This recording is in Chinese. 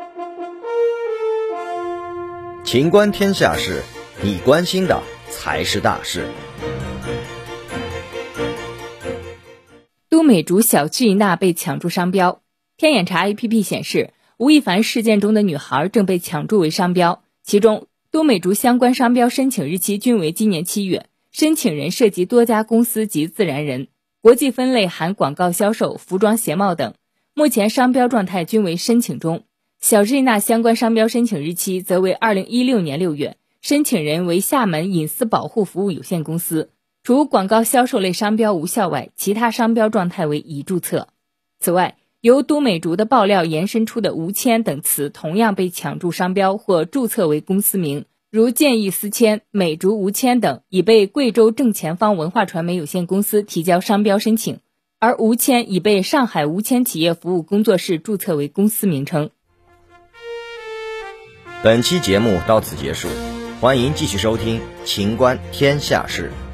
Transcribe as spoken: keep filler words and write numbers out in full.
情观天下事，你关心的才是大事。 都美竹小智易娜被抢注商标。天眼查 A P P 显示，吴亦凡事件中的女孩正被抢注为商标，其中都美竹相关商标申请日期均为今年七月，申请人涉及多家公司及自然人，国际分类含广告销售、服装鞋帽等，目前商标状态均为申请中。小智易娜相关商标申请日期则为二零一六年六月，申请人为厦门隐私保护服务有限公司，除广告销售类商标无效外，其他商标状态为已注册。此外，由都美竹的爆料延伸出的吴谦等词同样被抢注商标或注册为公司名，如建议思谦、美竹吴谦等已被贵州正前方文化传媒有限公司提交商标申请，而吴谦已被上海吴谦企业服务工作室注册为公司名称。 本期节目到此结束，欢迎继续收听《情观天下事》。